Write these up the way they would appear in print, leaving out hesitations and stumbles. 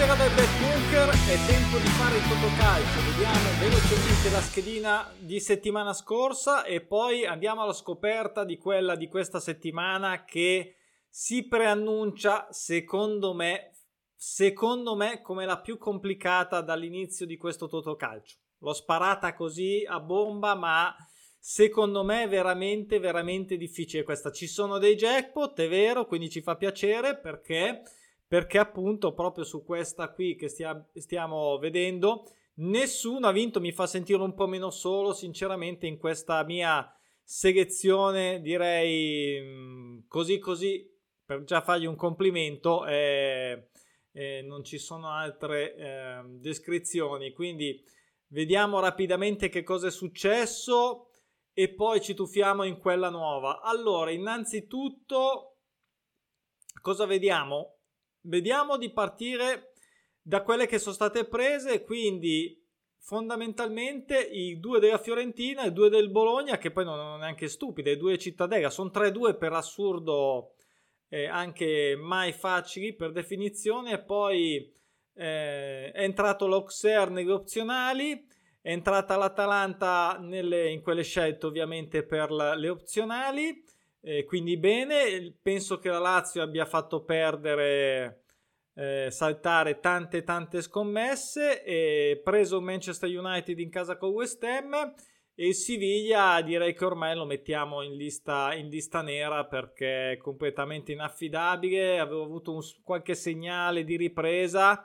Buonasera dal Bet Bunker, è tempo di fare il Totocalcio. Vediamo velocemente la schedina di settimana scorsa e poi andiamo alla scoperta di quella di questa settimana che si preannuncia, secondo me, come la più complicata dall'inizio di questo Totocalcio. L'ho sparata così a bomba, ma secondo me è veramente, veramente difficile questa. Ci sono dei jackpot, è vero, quindi ci fa piacere perché appunto proprio su questa qui che stiamo vedendo nessuno ha vinto. Mi fa sentire un po' meno solo sinceramente in questa mia selezione, direi così per già fargli un complimento. Non ci sono altre descrizioni, quindi vediamo rapidamente che cosa è successo e poi ci tuffiamo in quella nuova. Allora, innanzitutto cosa vediamo? Vediamo di partire da quelle che sono state prese, quindi fondamentalmente i due della Fiorentina e i due del Bologna, che poi non sono neanche stupide, i due Cittadella, sono 3-2 per assurdo, anche mai facili per definizione. E poi è entrato l'Auxerre negli opzionali, è entrata l'Atalanta in quelle scelte ovviamente per le opzionali. Quindi bene, penso che la Lazio abbia fatto perdere, saltare tante scommesse, e preso Manchester United in casa con West Ham, e il Siviglia direi che ormai lo mettiamo in lista nera perché è completamente inaffidabile. Avevo avuto qualche segnale di ripresa,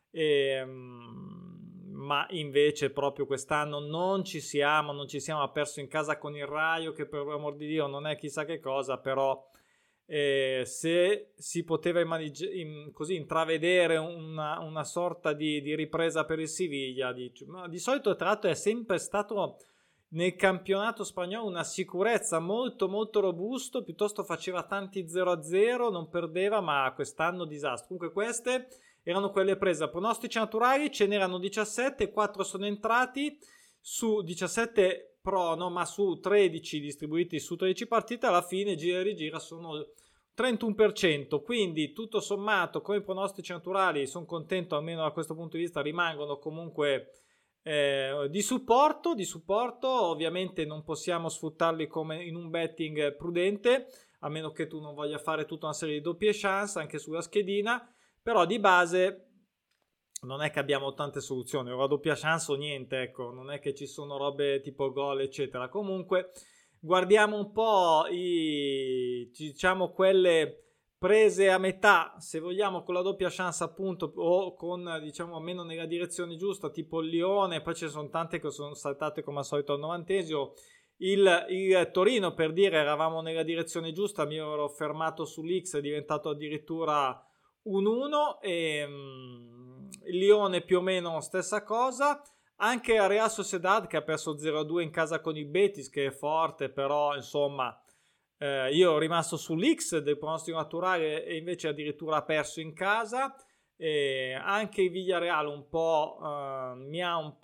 ma invece proprio quest'anno non ci siamo, ha perso in casa con il Raio, che per l'amor di Dio non è chissà che cosa, però se si poteva così intravedere una sorta di ripresa per il Siviglia, di solito tra l'altro è sempre stato nel campionato spagnolo una sicurezza, molto robusto, piuttosto faceva tanti 0-0, non perdeva, ma quest'anno disastro. Comunque queste erano quelle prese a pronostici naturali, ce n'erano 17, 4 sono entrati su 17 prono, ma su 13 distribuiti su 13 partite, alla fine gira e rigira sono 31%, quindi tutto sommato come pronostici naturali sono contento, almeno da questo punto di vista rimangono comunque di supporto. Ovviamente non possiamo sfruttarli come in un betting prudente, a meno che tu non voglia fare tutta una serie di doppie chance anche sulla schedina. Però di base non è che abbiamo tante soluzioni, o la doppia chance o niente, ecco, non è che ci sono robe tipo gol eccetera. Comunque guardiamo un po' diciamo quelle prese a metà, se vogliamo, con la doppia chance appunto, o con diciamo meno nella direzione giusta, tipo il Lione. Poi ci sono tante che sono saltate come al solito al 90esimo. Il Torino, per dire, eravamo nella direzione giusta, mi ero fermato sull'X, è diventato addirittura un 1, e il Lione più o meno stessa cosa. Anche la Real Sociedad che ha perso 0-2 in casa con il Betis, che è forte, però insomma io ero rimasto sull'X del pronostico naturale e invece addirittura ha perso in casa. Anche il Villarreal un po' mi ha un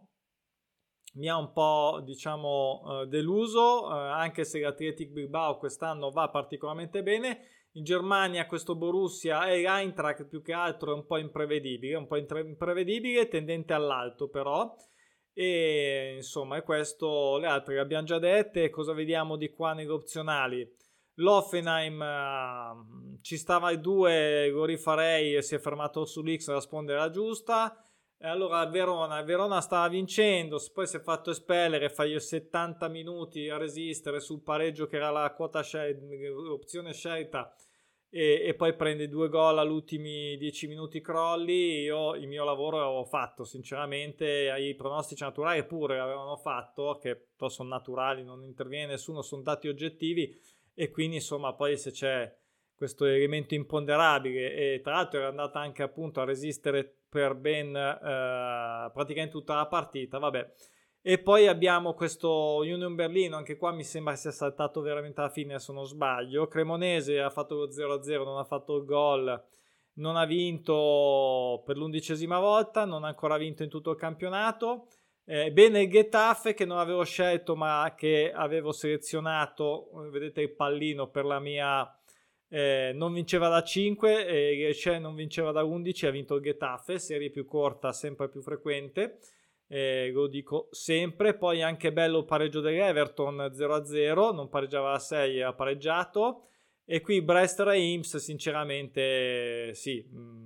po' diciamo deluso, anche se l'Athletic Bilbao quest'anno va particolarmente bene. In Germania questo Borussia e l'Eintracht più che altro è un po' imprevedibile, tendente all'alto però. E insomma è questo. Le altre le abbiamo già dette. Cosa vediamo di qua negli opzionali? L'Hoffenheim ci stava ai 2, lo rifarei, e si è fermato sull'X, la sponda era giusta. Allora il Verona stava vincendo, poi si è fatto espellere, fai 70 minuti a resistere sul pareggio che era la quota opzione scelta, e poi prende 2 gol all'ultimi 10 minuti, crolli. Io il mio lavoro l'avevo fatto sinceramente, i pronostici naturali pure l'avevano fatto, che però sono naturali, non interviene nessuno, sono dati oggettivi, e quindi insomma poi se c'è questo elemento imponderabile, e tra l'altro era andata anche appunto a resistere per ben praticamente tutta la partita, vabbè. E poi abbiamo questo Union Berlino, anche qua mi sembra sia saltato veramente alla fine se non sbaglio. Cremonese ha fatto lo 0-0, non ha fatto il gol, non ha vinto per l'11ª volta, non ha ancora vinto in tutto il campionato. Bene il Getafe, che non avevo scelto ma che avevo selezionato, vedete il pallino, per la mia non vinceva da 5, non vinceva da 11, ha vinto il Getafe, serie più corta, sempre più frequente, lo dico sempre. Poi anche bello il pareggio dell'Everton 0-0, non pareggiava da 6 e ha pareggiato. E qui Brest Reims, sinceramente sì,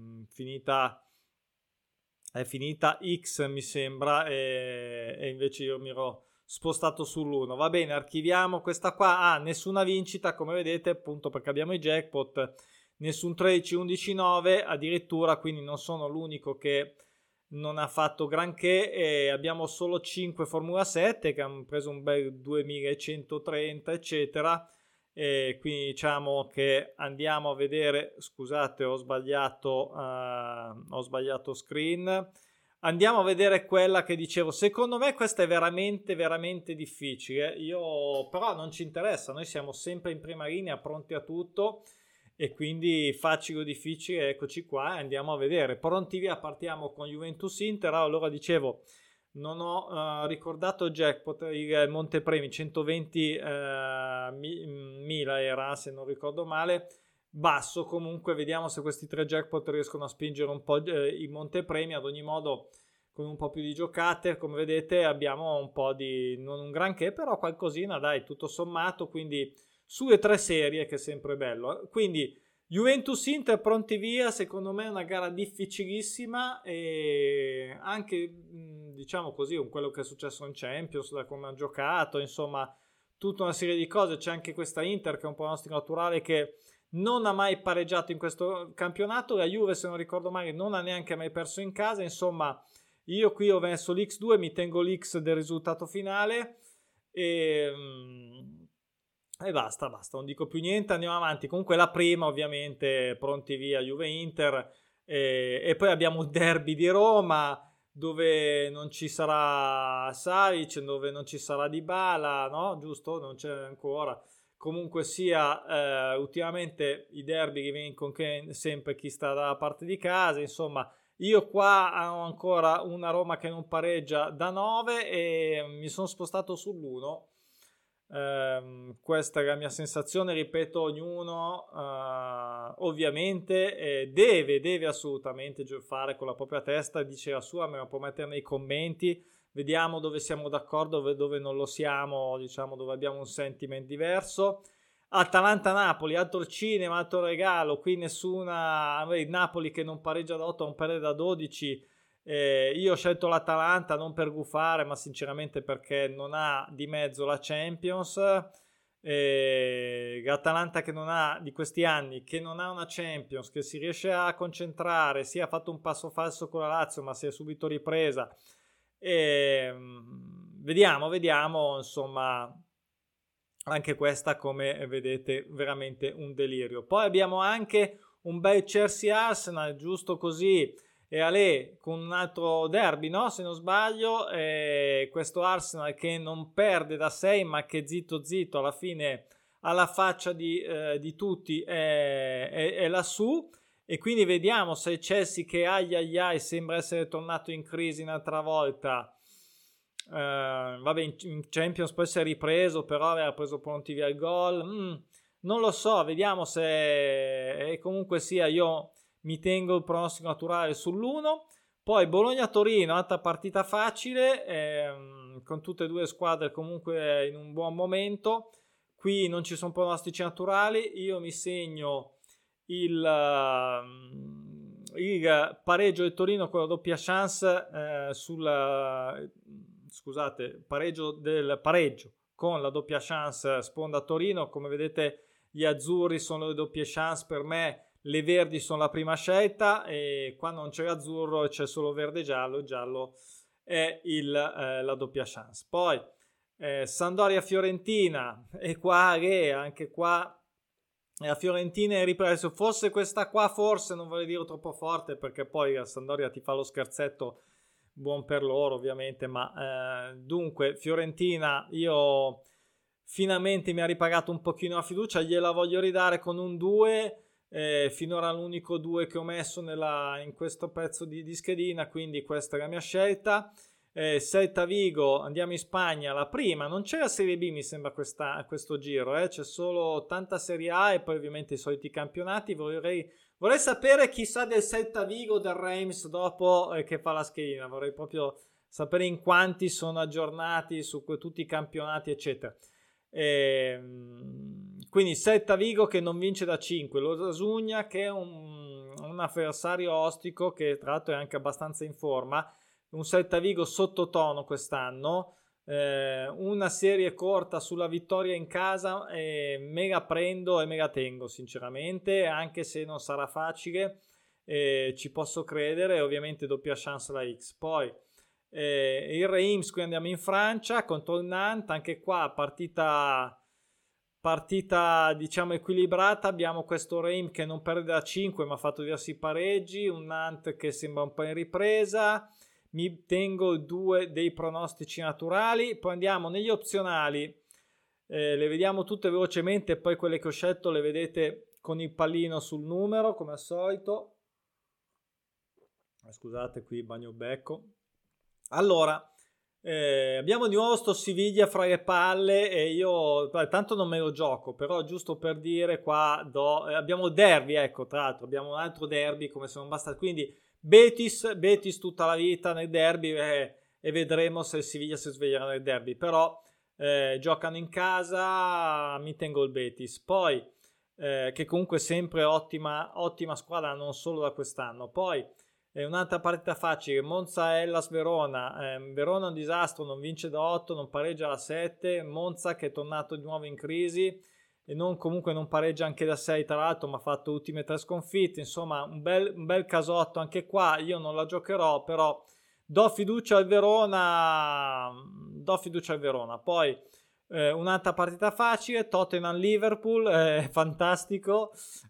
è finita X mi sembra, e invece io mi ero spostato sull'1. Va bene, archiviamo questa qua. Nessuna vincita, come vedete, appunto perché abbiamo i jackpot, nessun 13, 11, 9 addirittura, quindi non sono l'unico che non ha fatto granché, e abbiamo solo 5 Formula 7 che hanno preso un bel 2130 eccetera. E quindi diciamo che andiamo a vedere, scusate ho sbagliato screen, andiamo a vedere quella che dicevo. Secondo me questa è veramente veramente difficile, però non ci interessa, noi siamo sempre in prima linea, pronti a tutto, e quindi facile o difficile, eccoci qua, andiamo a vedere. Pronti via, partiamo con Juventus Inter. Allora dicevo, non ho ricordato il jackpot, il montepremi 120 mila era, se non ricordo male, basso. Comunque vediamo se questi 3 jackpot riescono a spingere un po' i montepremi. Ad ogni modo, con un po' più di giocate, come vedete abbiamo un po' di, non un granché, però qualcosina dai, tutto sommato, quindi sulle 3 serie, che è sempre bello. Quindi Juventus Inter, pronti via. Secondo me è una gara difficilissima, e anche diciamo così con quello che è successo in Champions, da come ha giocato, insomma tutta una serie di cose. C'è anche questa Inter che è un pronostico naturale, che non ha mai pareggiato in questo campionato. La Juve, se non ricordo male, non ha neanche mai perso in casa. Insomma, io qui ho messo l'X2, mi tengo l'X del risultato finale, e basta, non dico più niente, andiamo avanti. Comunque la prima, ovviamente, pronti via, Juve-Inter, e poi abbiamo il derby di Roma, dove non ci sarà Savic, dove non ci sarà Dybala, no? Giusto? Non c'è ancora. Comunque sia, ultimamente i derby vincono sempre chi sta dalla parte di casa. Insomma, io qua ho ancora una Roma che non pareggia da 9, e mi sono spostato sull'1. Questa è la mia sensazione, ripeto, ognuno ovviamente deve assolutamente fare con la propria testa, dice la sua, me la può mettere nei commenti, vediamo dove siamo d'accordo, dove non lo siamo, diciamo dove abbiamo un sentiment diverso. Atalanta-Napoli, altro cinema, altro regalo, qui nessuna, Napoli che non pareggia da 8, non perde da 12. Io ho scelto l'Atalanta non per gufare, ma sinceramente perché non ha di mezzo la Champions. L'Atalanta che non ha, di questi anni, che non ha una Champions, che si riesce a concentrare, ha fatto un passo falso con la Lazio ma si è subito ripresa. Vediamo, insomma, anche questa, come vedete, veramente un delirio. Poi abbiamo anche un bel Chelsea-Arsenal, giusto così, e Ale con un altro derby, no? Se non sbaglio, questo Arsenal che non perde da 6, ma che zitto alla fine, alla faccia di tutti, è lassù. E quindi vediamo se Chelsea, che ai sembra essere tornato in crisi un'altra volta, vabbè, in Champions poi si è ripreso, però aveva preso pronti via il gol, non lo so, vediamo se comunque sia, io mi tengo il pronostico naturale sull'1. Poi Bologna-Torino, altra partita facile, con tutte e due squadre comunque in un buon momento. Qui non ci sono pronostici naturali, io mi segno il pareggio del Torino con la doppia chance, pareggio con la doppia chance sponda Torino. Come vedete gli azzurri sono le doppie chance per me, le verdi sono la prima scelta, e qua non c'è l'azzurro, c'è solo verde e giallo. Il giallo è la doppia chance. Poi Sampdoria-Fiorentina, e qua anche qua la Fiorentina è ripreso. Forse questa qua, forse non voglio dire troppo forte, perché poi la Sampdoria ti fa lo scherzetto, buon per loro ovviamente, ma dunque Fiorentina, io finalmente mi ha ripagato un pochino la fiducia, gliela voglio ridare con un 2, finora l'unico 2 che ho messo in questo pezzo di schedina, quindi questa è la mia scelta. Celta Vigo, andiamo in Spagna, la prima, non c'è la Serie B mi sembra questo giro, c'è solo tanta Serie A e poi ovviamente i soliti campionati. Vorrei sapere chi sa del Celta Vigo, del Reims dopo che fa la schedina, vorrei proprio sapere in quanti sono aggiornati su tutti i campionati eccetera. Quindi Celta Vigo che non vince da 5, l'Osasuna che è un avversario ostico che tra l'altro è anche abbastanza in forma, un Celta Vigo sottotono quest'anno, una serie corta sulla vittoria in casa, me la prendo e me la tengo sinceramente, anche se non sarà facile, ci posso credere, ovviamente doppia chance la X. Poi il Reims, qui andiamo in Francia contro il Nantes, anche qua partita diciamo equilibrata, abbiamo questo Reims che non perde da 5 ma ha fatto diversi pareggi, un Nantes che sembra un po' in ripresa. Mi tengo 2 dei pronostici naturali, poi andiamo negli opzionali, le vediamo tutte velocemente, poi quelle che ho scelto le vedete con il pallino sul numero come al solito. Scusate, qui bagno becco. Allora, abbiamo di nuovo sto Siviglia fra le palle e io tanto non me lo gioco, però giusto per dire qua abbiamo il derby, ecco, tra l'altro abbiamo un altro derby come se non basta, quindi Betis tutta la vita nel derby, e vedremo se il Siviglia si sveglierà nel derby, però giocano in casa, mi tengo il Betis. Poi che comunque è sempre ottima squadra, non solo da quest'anno. Poi un'altra partita facile, Monza-Hellas Verona. Verona è un disastro, non vince da 8, non pareggia da 7. Monza che è tornato di nuovo in crisi e comunque non pareggia anche da 6 tra l'altro, ma ha fatto ultime 3 sconfitte. Insomma un bel casotto anche qua. Io non la giocherò, però do fiducia al Verona. Poi un'altra partita facile, Tottenham-Liverpool, fantastico,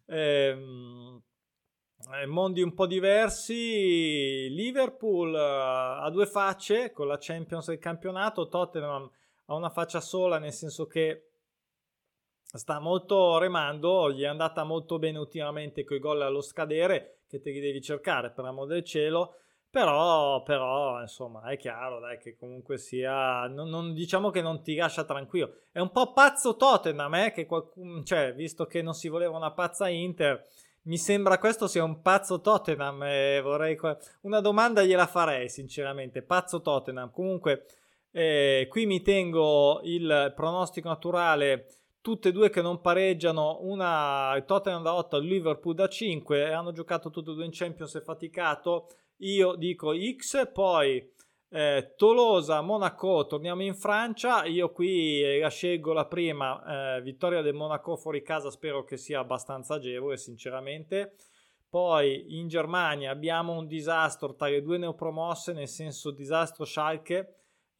mondi un po' diversi. Liverpool ha 2 facce con la Champions del campionato, Tottenham ha una faccia sola, nel senso che sta molto remando, gli è andata molto bene ultimamente con i gol allo scadere che te li devi cercare per amor del cielo, però insomma è chiaro dai che comunque sia non diciamo che non ti lascia tranquillo. È un po' pazzo Tottenham, che qualcuno, cioè visto che non si voleva una pazza Inter, mi sembra questo sia un pazzo Tottenham, vorrei una domanda gliela farei sinceramente, pazzo Tottenham. Comunque qui mi tengo il pronostico naturale, tutte e due che non pareggiano, una il Tottenham da 8, il Liverpool da 5, hanno giocato tutte e due in Champions, è faticato, io dico X. Poi Tolosa, Monaco, torniamo in Francia, io qui la scelgo la prima, vittoria del Monaco fuori casa, spero che sia abbastanza agevole sinceramente. Poi in Germania abbiamo un disastro tra le due neopromosse, nel senso disastro Schalke,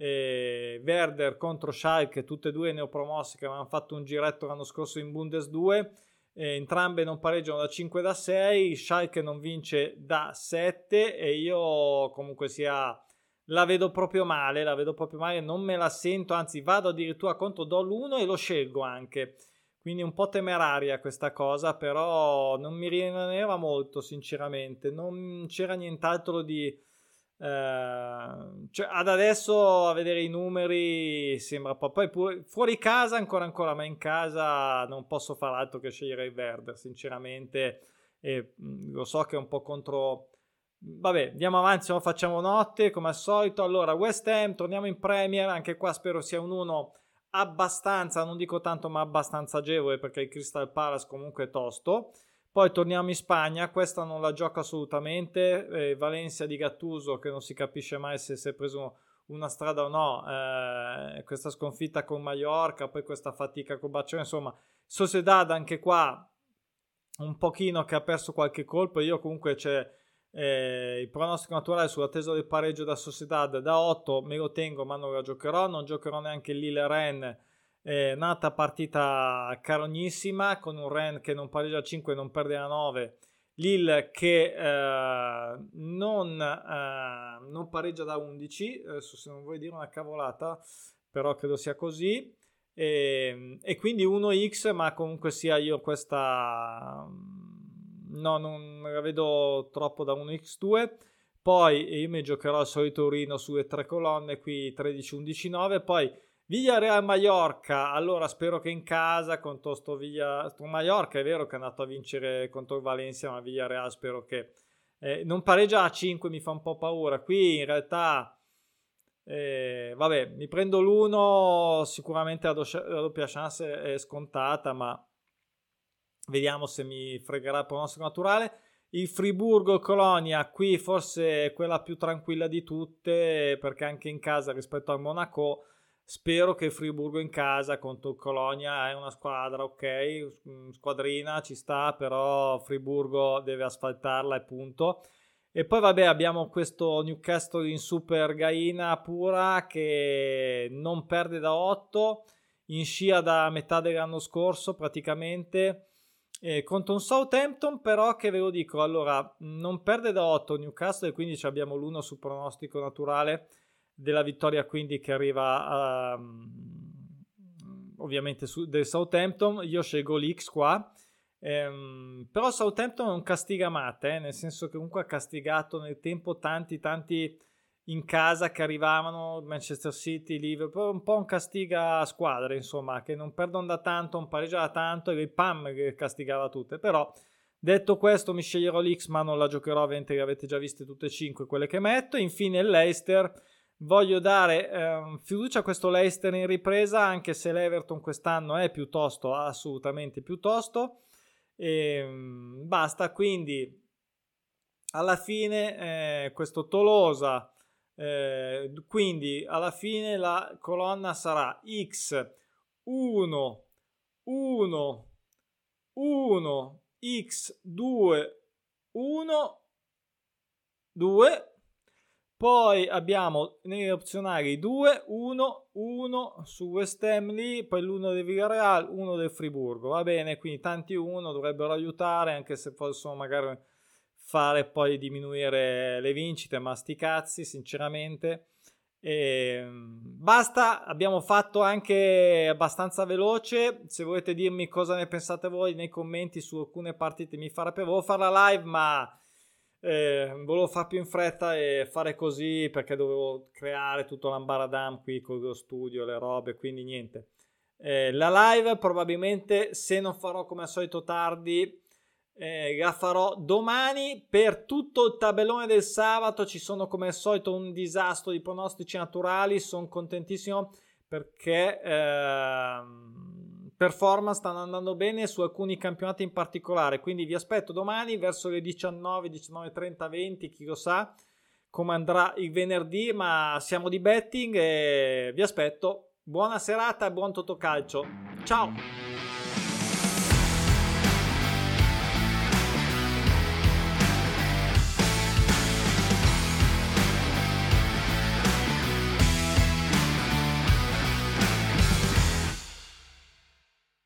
Werder contro Schalke, tutte e due neopromosse che avevano fatto un giretto l'anno scorso in Bundes 2, entrambe non pareggiano da 5 da 6, Schalke non vince da 7 e io comunque sia la vedo proprio male, non me la sento, anzi vado addirittura contro do l'1 e lo scelgo anche, quindi un po' temeraria questa cosa, però non mi rimaneva molto sinceramente, non c'era nient'altro di cioè ad adesso a vedere i numeri sembra poi pure fuori casa ancora, ma in casa non posso fare altro che scegliere il Werder sinceramente, e lo so che è un po' contro. Vabbè, andiamo avanti, se no facciamo notte come al solito. Allora West Ham, torniamo in Premier, anche qua spero sia un 1 abbastanza, non dico tanto ma abbastanza agevole, perché il Crystal Palace comunque è tosto. Poi torniamo in Spagna, questa non la gioco assolutamente, Valencia di Gattuso che non si capisce mai se si è preso una strada o no, questa sconfitta con Mallorca, poi questa fatica con Barcellona, insomma Sociedad anche qua un pochino che ha perso qualche colpo. Io comunque c'è il pronostico naturale sull'attesa del pareggio da Sociedad da 8, me lo tengo ma non la giocherò, non giocherò neanche Lille-Rennes. Nata partita carognissima con un Rennes che non pareggia a 5 e non perde a 9, Lille che non pareggia da 11, adesso se non vuoi dire una cavolata però credo sia così, e quindi 1x, ma comunque sia io questa no, non la vedo troppo da 1x2. poi io mi giocherò il solito Urino sulle 3 colonne qui 13-11-9, poi Villarreal Mallorca, allora spero che in casa contro sto Mallorca è vero che è andato a vincere contro il Valencia, ma Villarreal spero che non pareggia a 5, mi fa un po' paura. Qui in realtà vabbè, mi prendo l'1, sicuramente la doppia chance è scontata, ma vediamo se mi fregherà il pronostico naturale. Il Friburgo-Colonia, qui forse è quella più tranquilla di tutte, perché anche in casa rispetto al Monaco spero che il Friburgo in casa contro il Colonia è una squadra, ok, squadrina, ci sta, però Friburgo deve asfaltarla e punto. E poi vabbè, abbiamo questo Newcastle in Super Gaina pura che non perde da 8, in scia da metà dell'anno scorso praticamente, contro un Southampton però che ve lo dico, allora non perde da 8 Newcastle e quindi abbiamo l'1 sul pronostico naturale della vittoria, quindi che arriva ovviamente del Southampton. Io scelgo l'X qua, però Southampton non castiga mate, nel senso che comunque ha castigato nel tempo tanti in casa che arrivavano, Manchester City, Liverpool, un po' un castiga squadre, insomma, che non perdono da tanto, non pareggia da tanto, e il PAM che castigava tutte. Però detto questo mi sceglierò l'X, ma non la giocherò, ovviamente, che avete già viste tutte e 5 quelle che metto. Infine il Leicester, voglio dare fiducia a questo Leicester in ripresa, anche se l'Everton quest'anno è piuttosto, assolutamente piuttosto, e basta. Quindi alla fine questo Tolosa, quindi alla fine la colonna sarà X 1 1 1 X 2 1 2. Poi abbiamo negli opzionali 2 1 1 su West Ham lì, poi l'1 del Villarreal, 1 del Friburgo, va bene, quindi tanti 1 dovrebbero aiutare, anche se possono magari fare poi diminuire le vincite, ma sti cazzi sinceramente. E basta, abbiamo fatto anche abbastanza veloce. Se volete dirmi cosa ne pensate voi nei commenti su alcune partite, mi farebbe, volevo fare la live ma volevo fare più in fretta e fare così perché dovevo creare tutto l'ambaradam qui con lo studio, le robe, quindi niente. La live probabilmente, se non farò come al solito tardi, la farò domani. Per tutto il tabellone del sabato ci sono come al solito un disastro di pronostici naturali. Sono contentissimo perché performance stanno andando bene su alcuni campionati in particolare, quindi vi aspetto domani verso le 19, 19:30, 20, chi lo sa come andrà il venerdì, ma siamo di betting e vi aspetto. Buona serata e buon Totocalcio, ciao!